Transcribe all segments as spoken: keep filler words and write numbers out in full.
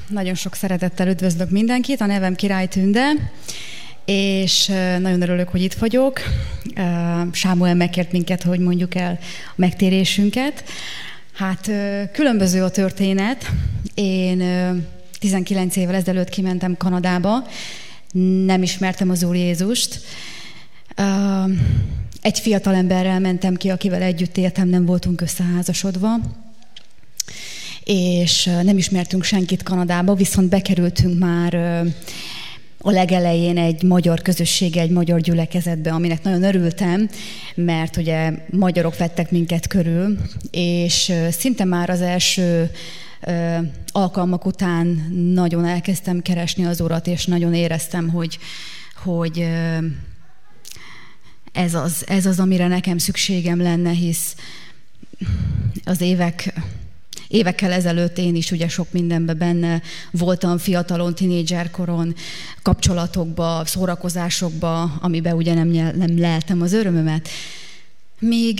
Nagyon sok szeretettel üdvözlök mindenkit, a nevem Király Tünde, és nagyon örülök, hogy itt vagyok. Sámuel megkért minket, hogy mondjuk el a megtérésünket. Hát különböző a történet. Én tizenkilenc évvel ezelőtt kimentem Kanadába, nem ismertem az Úr Jézust. Egy fiatal emberrel mentem ki, akivel együtt éltem, nem voltunk összeházasodva, és nem ismertünk senkit Kanadába, viszont bekerültünk már a legelején egy magyar közösségbe, egy magyar gyülekezetbe, aminek nagyon örültem, mert ugye magyarok vettek minket körül, és szinte már az első alkalmak után nagyon elkezdtem keresni az Urat, és nagyon éreztem, hogy, hogy ez az, ez az, amire nekem szükségem lenne, hisz az évek... Évekkel ezelőtt én is ugye sok mindenben benne voltam, fiatalon, tinédzserkoron, kapcsolatokba, szórakozásokba, amiben ugye nem, nem leltem az örömömet. Míg,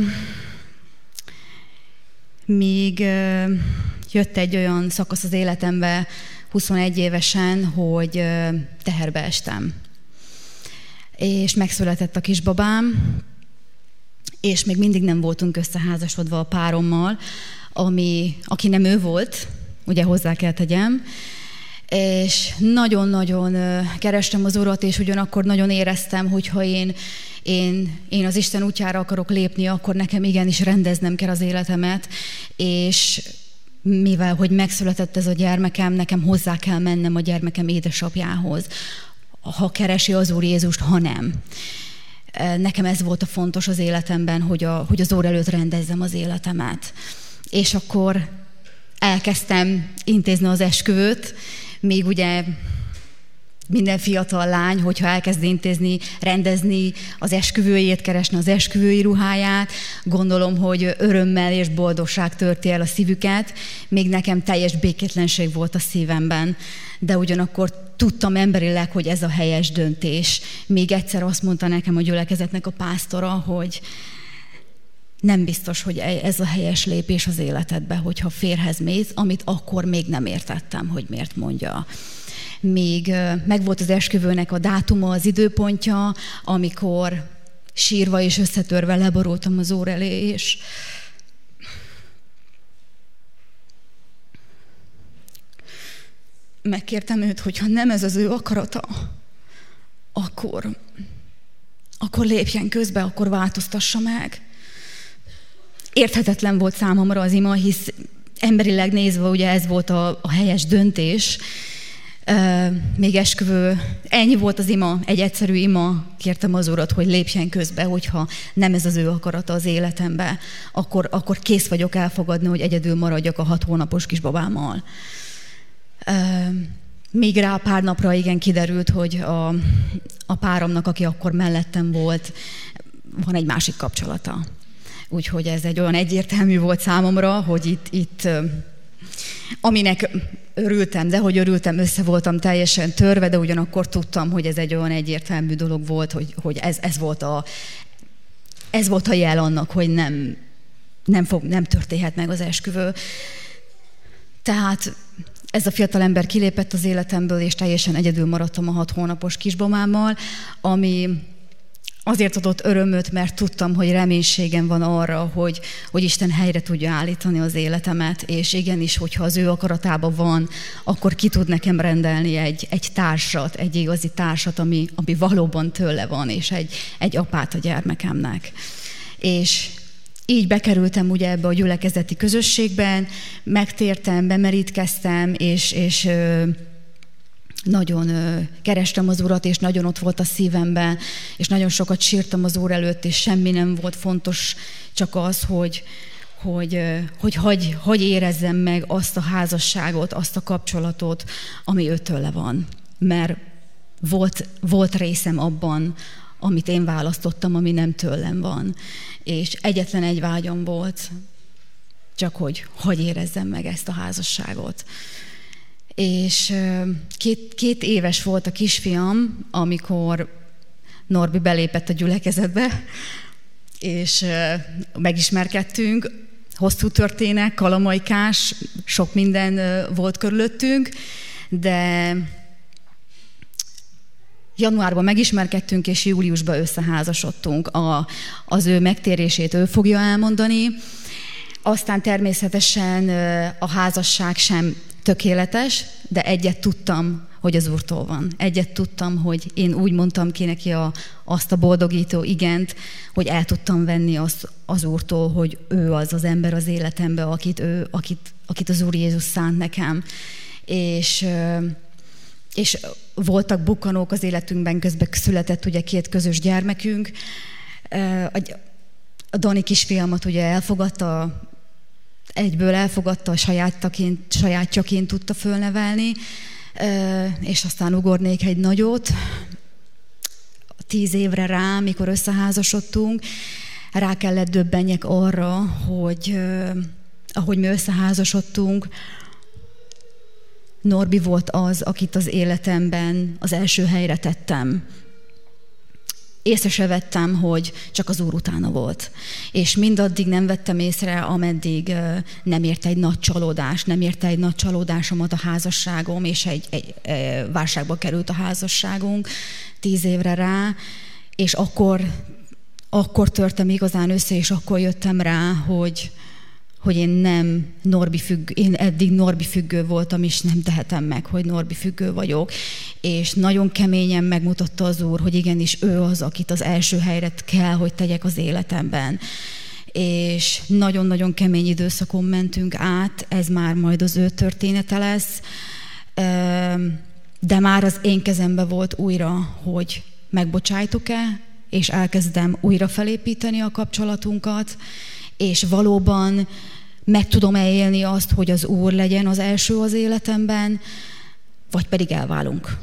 míg jött egy olyan szakasz az életembe huszonegy évesen, hogy teherbe estem. És megszületett a kisbabám, és még mindig nem voltunk összeházasodva a párommal, ami, aki nem ő volt, ugye hozzá kell tegyem, és nagyon-nagyon kerestem az Urat, és ugyanakkor nagyon éreztem, hogy ha én, én, én az Isten útjára akarok lépni, akkor nekem igenis rendeznem kell az életemet, és mivel, hogy megszületett ez a gyermekem, nekem hozzá kell mennem a gyermekem édesapjához, ha keresi az Úr Jézust, ha nem. Nekem ez volt a fontos az életemben, hogy, a, hogy az Úr előtt rendezzem az életemet. És akkor elkezdtem intézni az esküvőt, még ugye minden fiatal lány, hogyha elkezd intézni, rendezni az esküvőjét, keresni az esküvői ruháját, gondolom, hogy örömmel és boldogság törti el a szívüket, még nekem teljes békétlenség volt a szívemben, de ugyanakkor tudtam emberileg, hogy ez a helyes döntés. Még egyszer azt mondta nekem a gyülekezetnek a pásztora, hogy nem biztos, hogy ez a helyes lépés az életedbe, hogyha férhez mész, amit akkor még nem értettem, hogy miért mondja. Még megvolt az esküvőnek a dátuma, az időpontja, amikor sírva és összetörve leborultam az Úr elé, és megkértem őt, hogy ha nem ez az ő akarata, akkor, akkor lépjen közbe, akkor változtassa meg. Érthetetlen volt számomra az ima, hisz emberileg nézve ugye ez volt a, a helyes döntés. Uh, még esküvő, ennyi volt az ima, egy egyszerű ima, kértem az Urat, hogy lépjen közbe, hogyha nem ez az ő akarata az életembe, akkor, akkor kész vagyok elfogadni, hogy egyedül maradjak a hat hónapos kisbabámmal. Uh, még rá pár napra igen kiderült, hogy a, a páromnak, aki akkor mellettem volt, van egy másik kapcsolata. Úgyhogy ez egy olyan egyértelmű volt számomra, hogy itt, itt aminek örültem, de hogy örültem, össze voltam teljesen törve, de ugyanakkor tudtam, hogy ez egy olyan egyértelmű dolog volt, hogy, hogy ez, ez, volt a, ez volt a jel annak, hogy nem, nem, fog, nem történhet meg az esküvő. Tehát ez a fiatal ember kilépett az életemből, és teljesen egyedül maradtam a hat hónapos kisbamámmal, ami azért adott örömöt, mert tudtam, hogy reménységem van arra, hogy, hogy Isten helyre tudja állítani az életemet, és igenis, hogyha az ő akaratában van, akkor ki tud nekem rendelni egy, egy társat, egy igazi társat, ami, ami valóban tőle van, és egy, egy apát a gyermekemnek. És így bekerültem ugye ebbe a gyülekezeti közösségben, megtértem, bemerítkeztem, és, és nagyon kerestem az Urat, és nagyon ott volt a szívemben, és nagyon sokat sírtam az Úr előtt, és semmi nem volt fontos, csak az, hogy, hogy, hogy hagy, hagy érezzem meg azt a házasságot, azt a kapcsolatot, ami őtőle van. Mert volt, volt részem abban, amit én választottam, ami nem tőlem van. És egyetlen egy vágyam volt, csak hogy hagy érezzem meg ezt a házasságot. És két, két éves volt a kisfiam, amikor Norbi belépett a gyülekezetbe, és megismerkedtünk. hosszú történet, kalamajkás, sok minden volt körülöttünk, de januárban megismerkedtünk, és júliusban összeházasodtunk. A, az ő megtérését ő fogja elmondani. Aztán természetesen a házasság sem tökéletes, de egyet tudtam, hogy az Úrtól van. Egyet tudtam, hogy én úgy mondtam ki neki a, azt a boldogító igent, hogy el tudtam venni azt az Úrtól, hogy ő az az ember az életemben, akit, ő, akit, akit az Úr Jézus szánt nekem. És, és voltak bukkanók az életünkben, közben született ugye két közös gyermekünk. A Dani kisfiamat ugye elfogadta, egyből elfogadta, sajátjaként, sajátjaként tudta fölnevelni, és aztán ugornék egy nagyot. Tíz évre rá, mikor összeházasodtunk, rá kellett döbbenjek arra, hogy ahogy mi összeházasodtunk, Norbi volt az, akit az életemben az első helyre tettem. Észre se vettem, hogy csak az Úr utána volt. És mindaddig nem vettem észre, ameddig nem érte egy nagy csalódás, nem érte egy nagy csalódásomat a házasságom, és egy, egy, egy válságba került a házasságunk tíz évre rá, és akkor, akkor törtem igazán össze, és akkor jöttem rá, hogy, hogy én nem Norbi függő, én eddig Norbi függő voltam, és nem tehetem meg, hogy Norbi függő vagyok. És nagyon keményen megmutatta az Úr, hogy igenis ő az, akit az első helyre kell, hogy tegyek az életemben. És nagyon-nagyon kemény időszakon mentünk át, ez már majd az ő története lesz, de már az én kezembe volt újra, hogy megbocsájtok-e, és elkezdem újra felépíteni a kapcsolatunkat, és valóban meg tudom-e élni azt, hogy az Úr legyen az első az életemben, vagy pedig elválunk.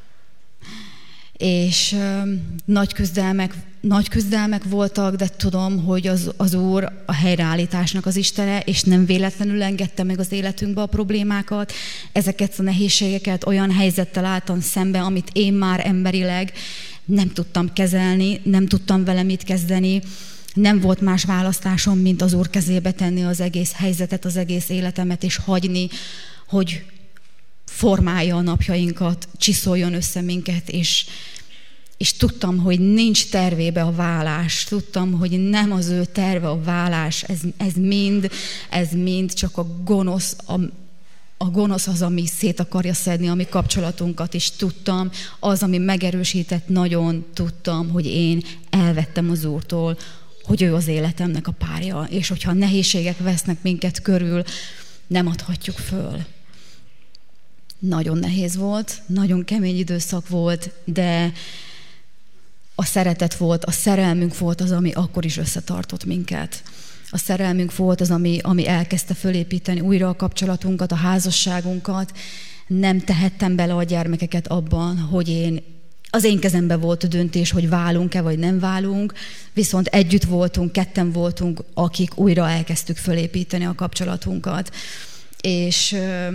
És uh, nagy küzdelmek, nagy küzdelmek voltak, de tudom, hogy az, az Úr a helyreállításnak az Istene, és nem véletlenül engedte meg az életünkbe a problémákat. Ezeket a nehézségeket olyan helyzettel álltam szembe, amit én már emberileg nem tudtam kezelni, nem tudtam vele mit kezdeni. Nem volt más választásom, mint az Úr kezébe tenni az egész helyzetet, az egész életemet, és hagyni, hogy formálja a napjainkat, csiszoljon össze minket, és, és tudtam, hogy nincs tervébe a válás. Tudtam, hogy nem az ő terve a válás. Ez, ez mind, ez mind csak a gonosz, a, a gonosz az, ami szét akarja szedni a mi kapcsolatunkat, és tudtam, az, ami megerősített, nagyon tudtam, hogy én elvettem az Úrtól, hogy ő az életemnek a párja, és hogyha nehézségek vesznek minket körül, nem adhatjuk föl. Nagyon nehéz volt, nagyon kemény időszak volt, de a szeretet volt, a szerelmünk volt az, ami akkor is összetartott minket. A szerelmünk volt az, ami, ami elkezdte fölépíteni újra a kapcsolatunkat, a házasságunkat. Nem tehettem bele a gyermekeket abban, hogy én az én kezemben volt a döntés, hogy válunk-e, vagy nem válunk, viszont együtt voltunk, ketten voltunk, akik újra elkezdtük fölépíteni a kapcsolatunkat. És,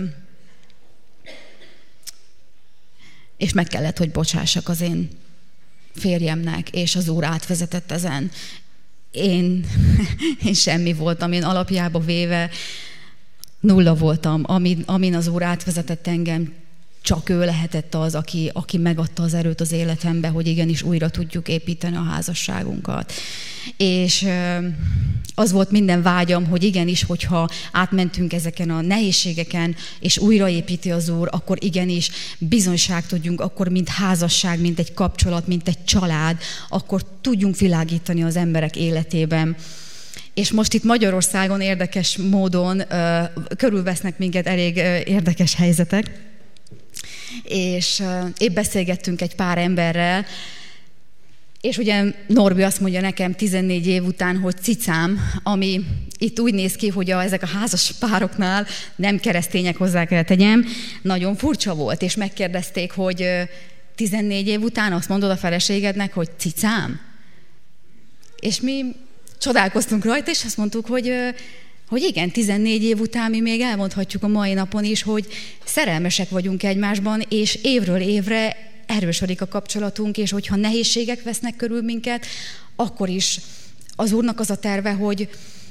és meg kellett, hogy bocsássak az én férjemnek, és az Úr átvezetett ezen. Én, én semmi voltam, én alapjába véve nulla voltam, amin, amin az Úr átvezetett engem. Csak ő lehetett az, aki, aki megadta az erőt az életembe, hogy igenis újra tudjuk építeni a házasságunkat. És az volt minden vágyam, hogy igenis, hogyha átmentünk ezeken a nehézségeken, és újraépíti az Úr, akkor igenis bizonyságot tudjunk, akkor mint házasság, mint egy kapcsolat, mint egy család, akkor tudjunk világítani az emberek életében. És most itt Magyarországon érdekes módon uh, körülvesznek minket elég uh, érdekes helyzetek. És uh, épp beszélgettünk egy pár emberrel, és ugye Norbi azt mondja nekem tizennégy év után, hogy cicám, ami itt úgy néz ki, hogy a, ezek a házas pároknál nem keresztények, hozzá kell tegyem, nagyon furcsa volt, és megkérdezték, hogy uh, tizennégy év után azt mondod a feleségednek, hogy cicám? És mi csodálkoztunk rajta, és azt mondtuk, hogy... Uh, hogy igen, tizennégy év után mi még elmondhatjuk a mai napon is, hogy szerelmesek vagyunk egymásban, és évről évre erősödik a kapcsolatunk, és hogyha nehézségek vesznek körül minket, akkor is az Úrnak az a terve, hogy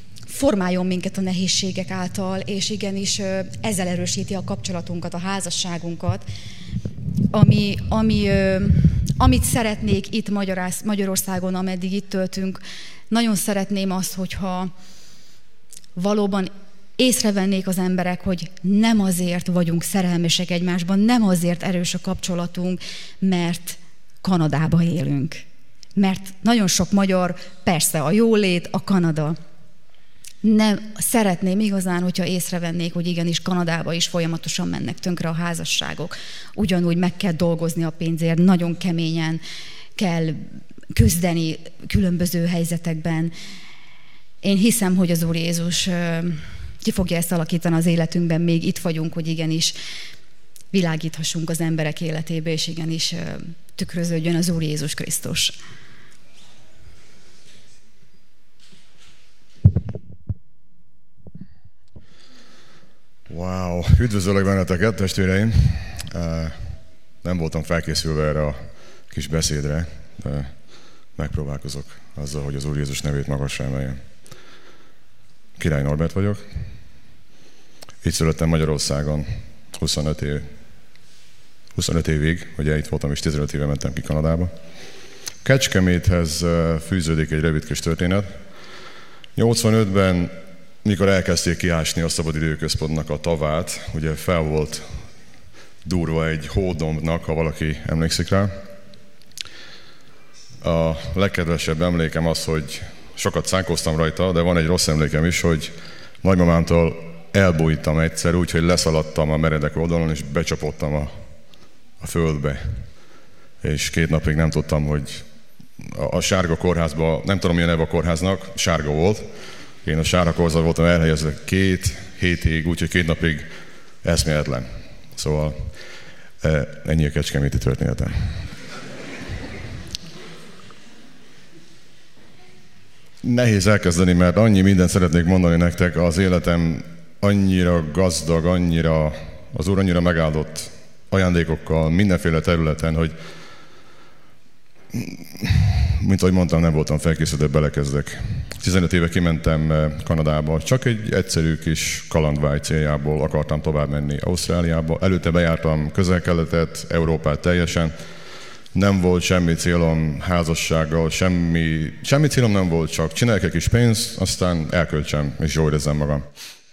formáljon minket a nehézségek által, és igenis ezzel erősíti a kapcsolatunkat, a házasságunkat, ami, ami, amit szeretnék itt Magyarországon, ameddig itt töltünk. Nagyon szeretném azt, hogyha valóban észrevennék az emberek, hogy nem azért vagyunk szerelmesek egymásban, nem azért erős a kapcsolatunk, mert Kanadában élünk. Mert nagyon sok magyar, persze a jólét, a Kanada. Nem, szeretném igazán, hogyha észrevennék, hogy igenis Kanadába is folyamatosan mennek tönkre a házasságok. Ugyanúgy meg kell dolgozni a pénzért, nagyon keményen kell küzdeni különböző helyzetekben. Én hiszem, hogy az Úr Jézus ki fogja ezt alakítani az életünkben, még itt vagyunk, hogy igenis világíthassunk az emberek életébe, és igenis tükröződjön az Úr Jézus Krisztus. Wow! Üdvözöllek benneteket, testvéreim! Nem voltam felkészülve erre a kis beszédre, de megpróbálkozok azzal, hogy az Úr Jézus nevét magasra emeljem. Király Norbert vagyok. Itt születtem Magyarországon huszonöt év, huszonöt évig, ugye itt voltam és tizenöt éve mentem ki Kanadába. Kecskeméthez fűződik egy rövid kis történet. nyolcvanötben, mikor elkezdték kiásni a szabadidőközpontnak a tavát, ugye fel volt durva egy hódombnak, ha valaki emlékszik rá. A legkedvesebb emlékem az, hogy sokat szánkoztam rajta, de van egy rossz emlékem is, hogy nagymamámtól elbújtam egyszer úgy, hogy leszaladtam a meredek oldalon, és becsapottam a, a földbe. És két napig nem tudtam, hogy a, a sárga kórházban, nem tudom, milyen neve a kórháznak, sárga volt. Én a sárga kórházban voltam elhelyezve két hétig, úgyhogy két napig eszméletlen. Szóval ennyi a kecskeméti történetem. Nehéz elkezdeni, mert annyi mindent szeretnék mondani nektek, az életem annyira gazdag, annyira, az Úr annyira megáldott ajándékokkal mindenféle területen, hogy mint ahogy mondtam, nem voltam felkészülve, belekezdek. tizenöt éve kimentem Kanadába, csak egy egyszerű kis kalandvágy céljából akartam tovább menni Ausztráliába. Előtte bejártam Közel-Keletet, Európát teljesen. Nem volt semmi célom házassággal, semmi, semmi célom nem volt, csak csinálják egy kis pénzt, aztán elköltsem és jól érezzem magam.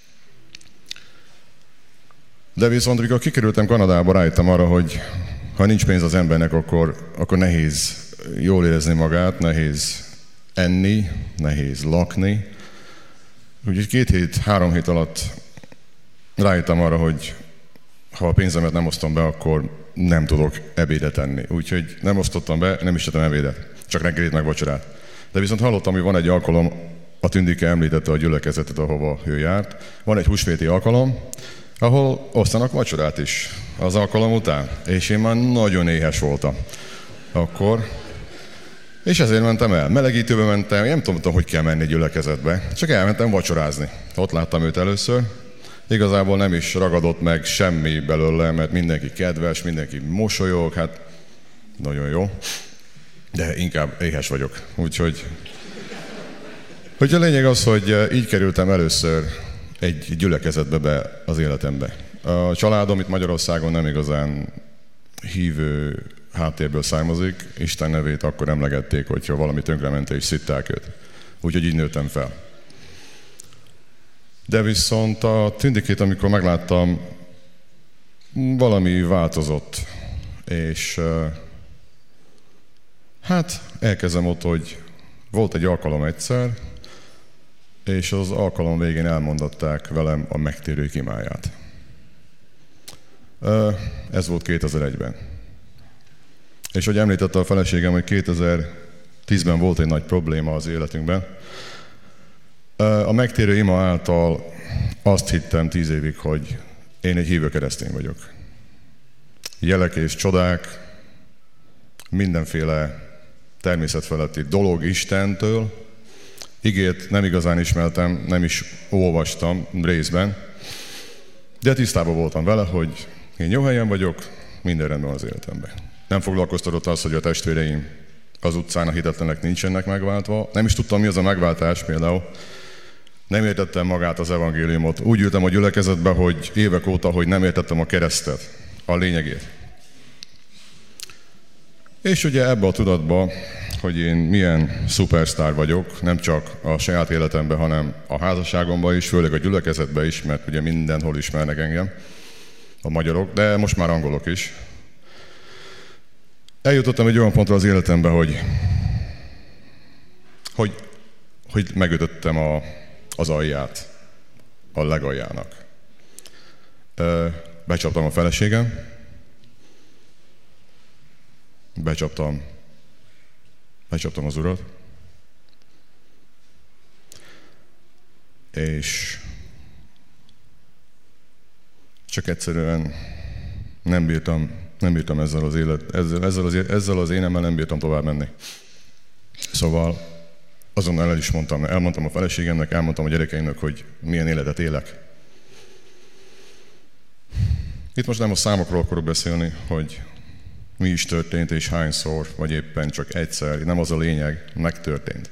De viszont, amikor kikerültem Kanadába, rájöttem arra, hogy ha nincs pénz az embernek, akkor, akkor nehéz jól érezni magát, nehéz enni, nehéz lakni. Úgyhogy két hét, három hét alatt rájöttem arra, hogy ha a pénzemet nem osztom be, akkor nem tudok ebédet enni. Úgyhogy nem osztottam be, nem is tettem ebédet, csak reggelit meg vacsorát. De viszont hallottam, hogy van egy alkalom, a Tündike említette a gyülekezetet, ahova ő járt. Van egy húsvéti alkalom, ahol osztanak vacsorát is az alkalom után. És én már nagyon éhes voltam akkor. És ezért mentem el. Melegítőbe mentem, én nem tudtam, hogy kell menni gyülekezetbe. Csak elmentem vacsorázni. Ott láttam őt először. Igazából nem is ragadott meg semmi belőle, mert mindenki kedves, mindenki mosolyog, hát nagyon jó. De inkább éhes vagyok. Úgyhogy, hogy a lényeg az, hogy így kerültem először egy gyülekezetbe be az életembe. A családom itt Magyarországon nem igazán hívő háttérből származik. Isten nevét akkor emlegették, hogyha valami tönkremente és szitták őt. Úgyhogy így nőttem fel. De viszont a Tündikét, amikor megláttam, valami változott. És hát elkezdem ott, hogy volt egy alkalom egyszer, és az alkalom végén elmondatták velem a megtérők imáját. Ez volt kétezer-egyben. És hogy említette a feleségem, hogy kétezer-tízben volt egy nagy probléma az életünkben. A megtérő ima által azt hittem tíz évig, hogy én egy hívő keresztény vagyok. Jelek és csodák, mindenféle természetfeletti dolog Istentől. Igét nem igazán ismertem, nem is olvastam részben, de tisztában voltam vele, hogy én jó helyen vagyok, minden rendben az életemben. Nem foglalkoztatott az, hogy a testvéreim az utcán a hitetlenek nincsenek megváltva. Nem is tudtam, mi az a megváltás például. Nem értettem magát az evangéliumot. Úgy ültem a gyülekezetbe, hogy évek óta, hogy nem értettem a keresztet, a lényegét. És ugye ebbe a tudatba, hogy én milyen szupersztár vagyok, nem csak a saját életemben, hanem a házasságomban is, főleg a gyülekezetben is, mert ugye mindenhol ismernek engem a magyarok, de most már angolok is. Eljutottam egy olyan pontra az életemben, hogy, hogy, hogy megütöttem a, az alját, a legaljának. Becsaptam a feleségem, becsaptam, becsaptam az Urat, és csak egyszerűen nem bírtam, nem bírtam ezzel az élet, ezzel, ezzel, az, ezzel az énemmel nem bírtam tovább menni. Szóval azonnal el is mondtam, elmondtam a feleségemnek, elmondtam a gyerekeimnek, hogy milyen életet élek. Itt most nem a számokról akarok beszélni, hogy mi is történt és hányszor, vagy éppen csak egyszer. Nem az a lényeg, megtörtént.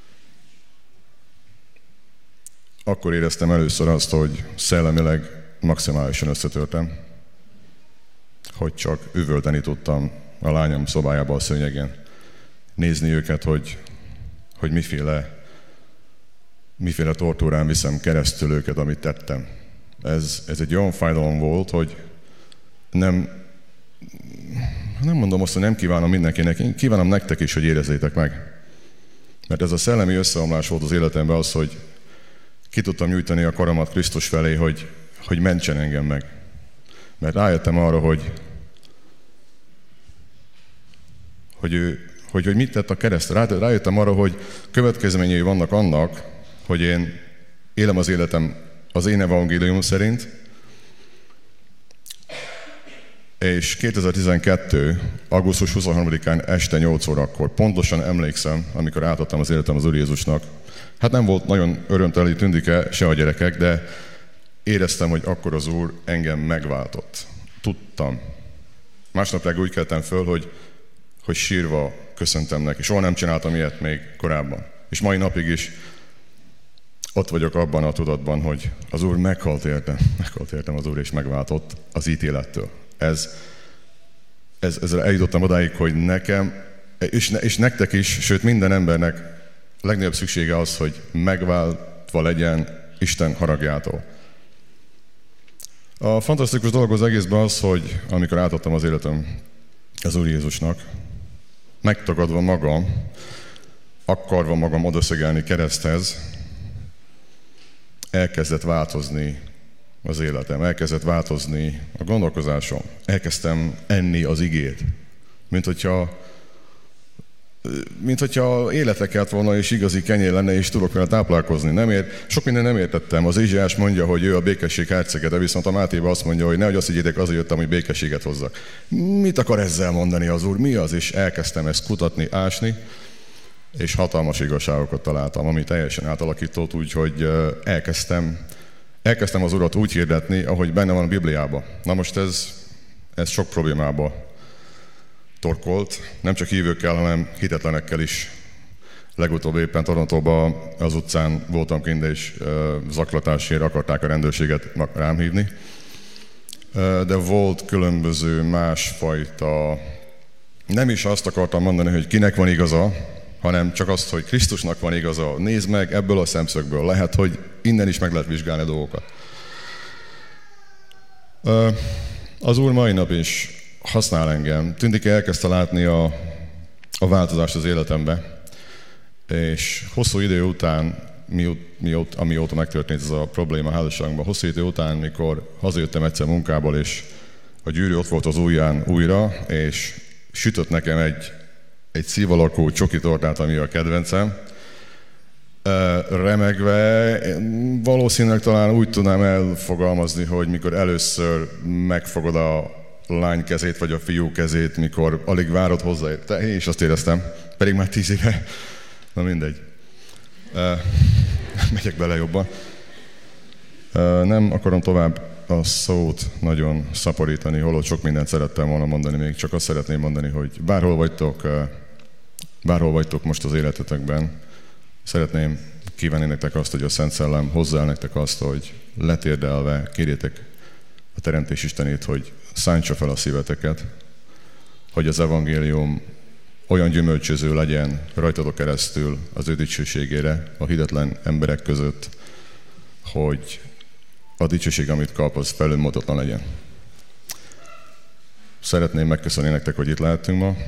Akkor éreztem először azt, hogy szellemileg maximálisan összetörtem, hogy csak üvölteni tudtam a lányom szobájába a szőnyegen. Nézni őket, hogy, hogy miféle, miféle tortúrán viszem keresztül őket, amit tettem. Ez, ez egy olyan fájdalom volt, hogy nem, nem mondom azt, hogy nem kívánom mindenkinek, én kívánom nektek is, hogy érezzétek meg. Mert ez a szellemi összeomlás volt az életemben az, hogy ki tudtam nyújtani a karamat Krisztus felé, hogy, hogy mentsen engem meg. Mert rájöttem arra, hogy, hogy, ő, hogy, hogy mit tett a kereszt. Rájöttem arra, hogy következményei vannak annak, hogy én élem az életem az én evangélium szerint, és kétezer-tizenkettő. augusztus huszonharmadikán este nyolc órakor, pontosan emlékszem, amikor átadtam az életem az Úr Jézusnak. Hát nem volt nagyon örömteli tündike se a gyerekek, de éreztem, hogy akkor az Úr engem megváltott. Tudtam. Másnap reggel úgy keltem föl, hogy, hogy sírva köszöntem neki. Soha nem csináltam ilyet még korábban. És mai napig is ott vagyok abban a tudatban, hogy az Úr meghalt értem. Meghalt értem az Úr, és megváltott az ítélettől. Ez, ez, ezzel eljutottam odáig, hogy nekem, és, ne, és nektek is, sőt minden embernek legnagyobb szüksége az, hogy megváltva legyen Isten haragjától. A fantasztikus dolog az egészben az, hogy amikor átadtam az életem az Úr Jézusnak, megtagadva magam, akarva magam odaszögelni kereszthez, elkezdett változni az életem, elkezdett változni a gondolkozásom. Elkezdtem enni az igét, mint hogyha, mint hogyha életre kelt volna, és igazi kenyér lenne, és tudok vele táplálkozni. Nem ért, sok minden nem értettem. Az Ézsaiás mondja, hogy ő a békesség hercege, de viszont a Mátéba azt mondja, hogy nehogy azt higgyétek, azért jöttem, hogy békességet hozzak. Mit akar ezzel mondani az Úr? Mi az? És elkezdtem ezt kutatni, ásni, és hatalmas igazságokat találtam, ami teljesen átalakított, úgyhogy elkezdtem, elkezdtem az Urat úgy hirdetni, ahogy benne van a Bibliában. Na most ez, ez sok problémába torkolt, nem csak hívőkkel, hanem hitetlenekkel is. Legutóbb éppen Torontóban az utcán voltam kint, és zaklatásért akarták a rendőrséget rám hívni. De volt különböző másfajta, nem is azt akartam mondani, hogy kinek van igaza, hanem csak azt, hogy Krisztusnak van igaza. Nézd meg ebből a szemszögből. Lehet, hogy innen is meg lehet vizsgálni a dolgokat. Az Úr mai nap is használ engem. Tündike elkezdte látni a, a változást az életembe, és hosszú idő után, mióta, mióta, amióta megtörtént ez a probléma a házasságunkban, hosszú idő után, mikor hazajöttem egyszer munkából, és a gyűrű ott volt az ujján újra, és sütött nekem egy, egy szív alakú csoki tortát, ami a kedvencem. Remegve, valószínűleg talán úgy tudnám elfogalmazni, hogy mikor először megfogod a lány kezét, vagy a fiú kezét, mikor alig várod hozzá, én is azt éreztem, pedig már tíz éve, na mindegy. Megyek bele jobban. Nem akarom tovább a szót nagyon szaporítani, holott sok mindent szerettem volna mondani, még csak azt szeretném mondani, hogy bárhol vagytok, bárhol vagytok most az életetekben, szeretném kívánni nektek azt, hogy a Szent Szellem hozzá nektek azt, hogy letérdelve kérjétek a Teremtés Istenét, hogy szántsa fel a szíveteket, hogy az evangélium olyan gyümölcsöző legyen rajtatok keresztül az ő dicsőségére a hitetlen emberek között, hogy a dicsőség, amit kap, az felülmúltatlan legyen. Szeretném megköszönni nektek, hogy itt lehetünk ma.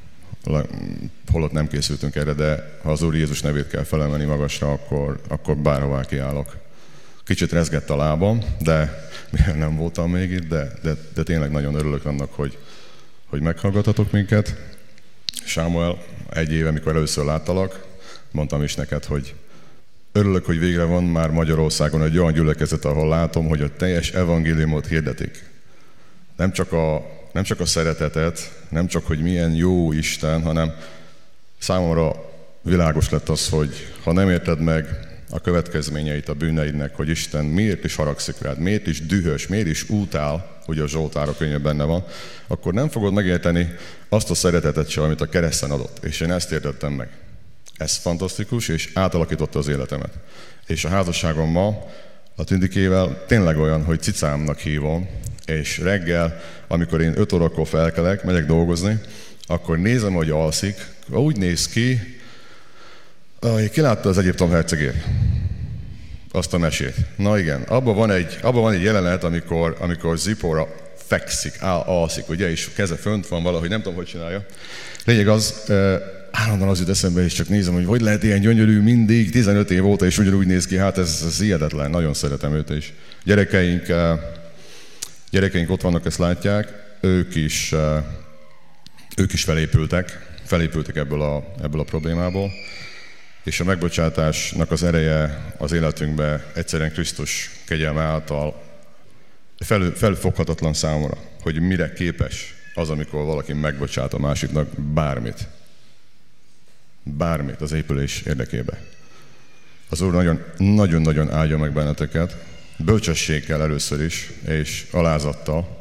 Holott nem készültünk erre, de ha az Úr Jézus nevét kell felemelni magasra, akkor, akkor bárhová kiállok. Kicsit rezgett a lábam, de mivel nem voltam még itt, de, de, de tényleg nagyon örülök annak, hogy, hogy meghallgatatok minket. Sámuel, egy éve, amikor először láttalak, mondtam is neked, hogy örülök, hogy végre van már Magyarországon egy olyan gyülekezet, ahol látom, hogy a teljes evangéliumot hirdetik. Nem csak a Nem csak a szeretetet, nem csak, hogy milyen jó Isten, hanem számomra világos lett az, hogy ha nem érted meg a következményeit a bűneidnek, hogy Isten miért is haragszik rád, miért is dühös, miért is utál, ugye a Zsoltárok könyvben benne van, akkor nem fogod megérteni azt a szeretetet sem, amit a kereszten adott. És én ezt értettem meg. Ez fantasztikus, és átalakította az életemet. És a házasságom ma a Tündikével tényleg olyan, hogy cicámnak hívom, és reggel, amikor én öt órakor felkelek, megyek dolgozni, akkor nézem, hogy alszik, úgy néz ki, hogy ki látta az Egyiptom hercegét? Azt a mesét. Na igen, abban van egy, abban van egy jelenet, amikor, amikor Zipora fekszik, áll, alszik, ugye, és keze fönt van valahogy, nem tudom, hogy csinálja. Lényeg az, állandóan az jut eszembe, és csak nézem, hogy hogy lehet ilyen gyönyörű mindig, tizenöt év óta, és ugyanúgy néz ki, hát ez, ez hihetetlen, nagyon szeretem őt is. Gyerekeink, gyerekeink ott vannak, ezt látják, ők is, ők is felépültek, felépültek ebből a, ebből a problémából, és a megbocsátásnak az ereje az életünkbe egyszerűen Krisztus kegyelme által fel, felfoghatatlan számomra, hogy mire képes az, amikor valaki megbocsát a másiknak bármit. Bármit az épülés érdekébe. Az Úr nagyon-nagyon áldja meg benneteket, bölcsességgel először is, és alázattal,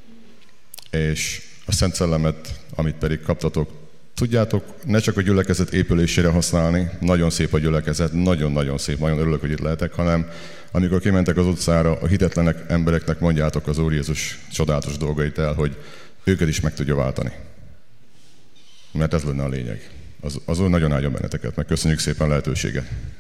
és a Szent Szellemet, amit pedig kaptatok, tudjátok, ne csak a gyülekezet épülésére használni, nagyon szép a gyülekezet, nagyon-nagyon szép, nagyon örülök, hogy itt lehetek, hanem amikor kimentek az utcára, a hitetlenek embereknek mondjátok az Úr Jézus csodálatos dolgait el, hogy őket is meg tudja váltani. Mert ez lenne a lényeg. Az, az Úr nagyon áldja benneteket, meg köszönjük szépen a lehetőséget.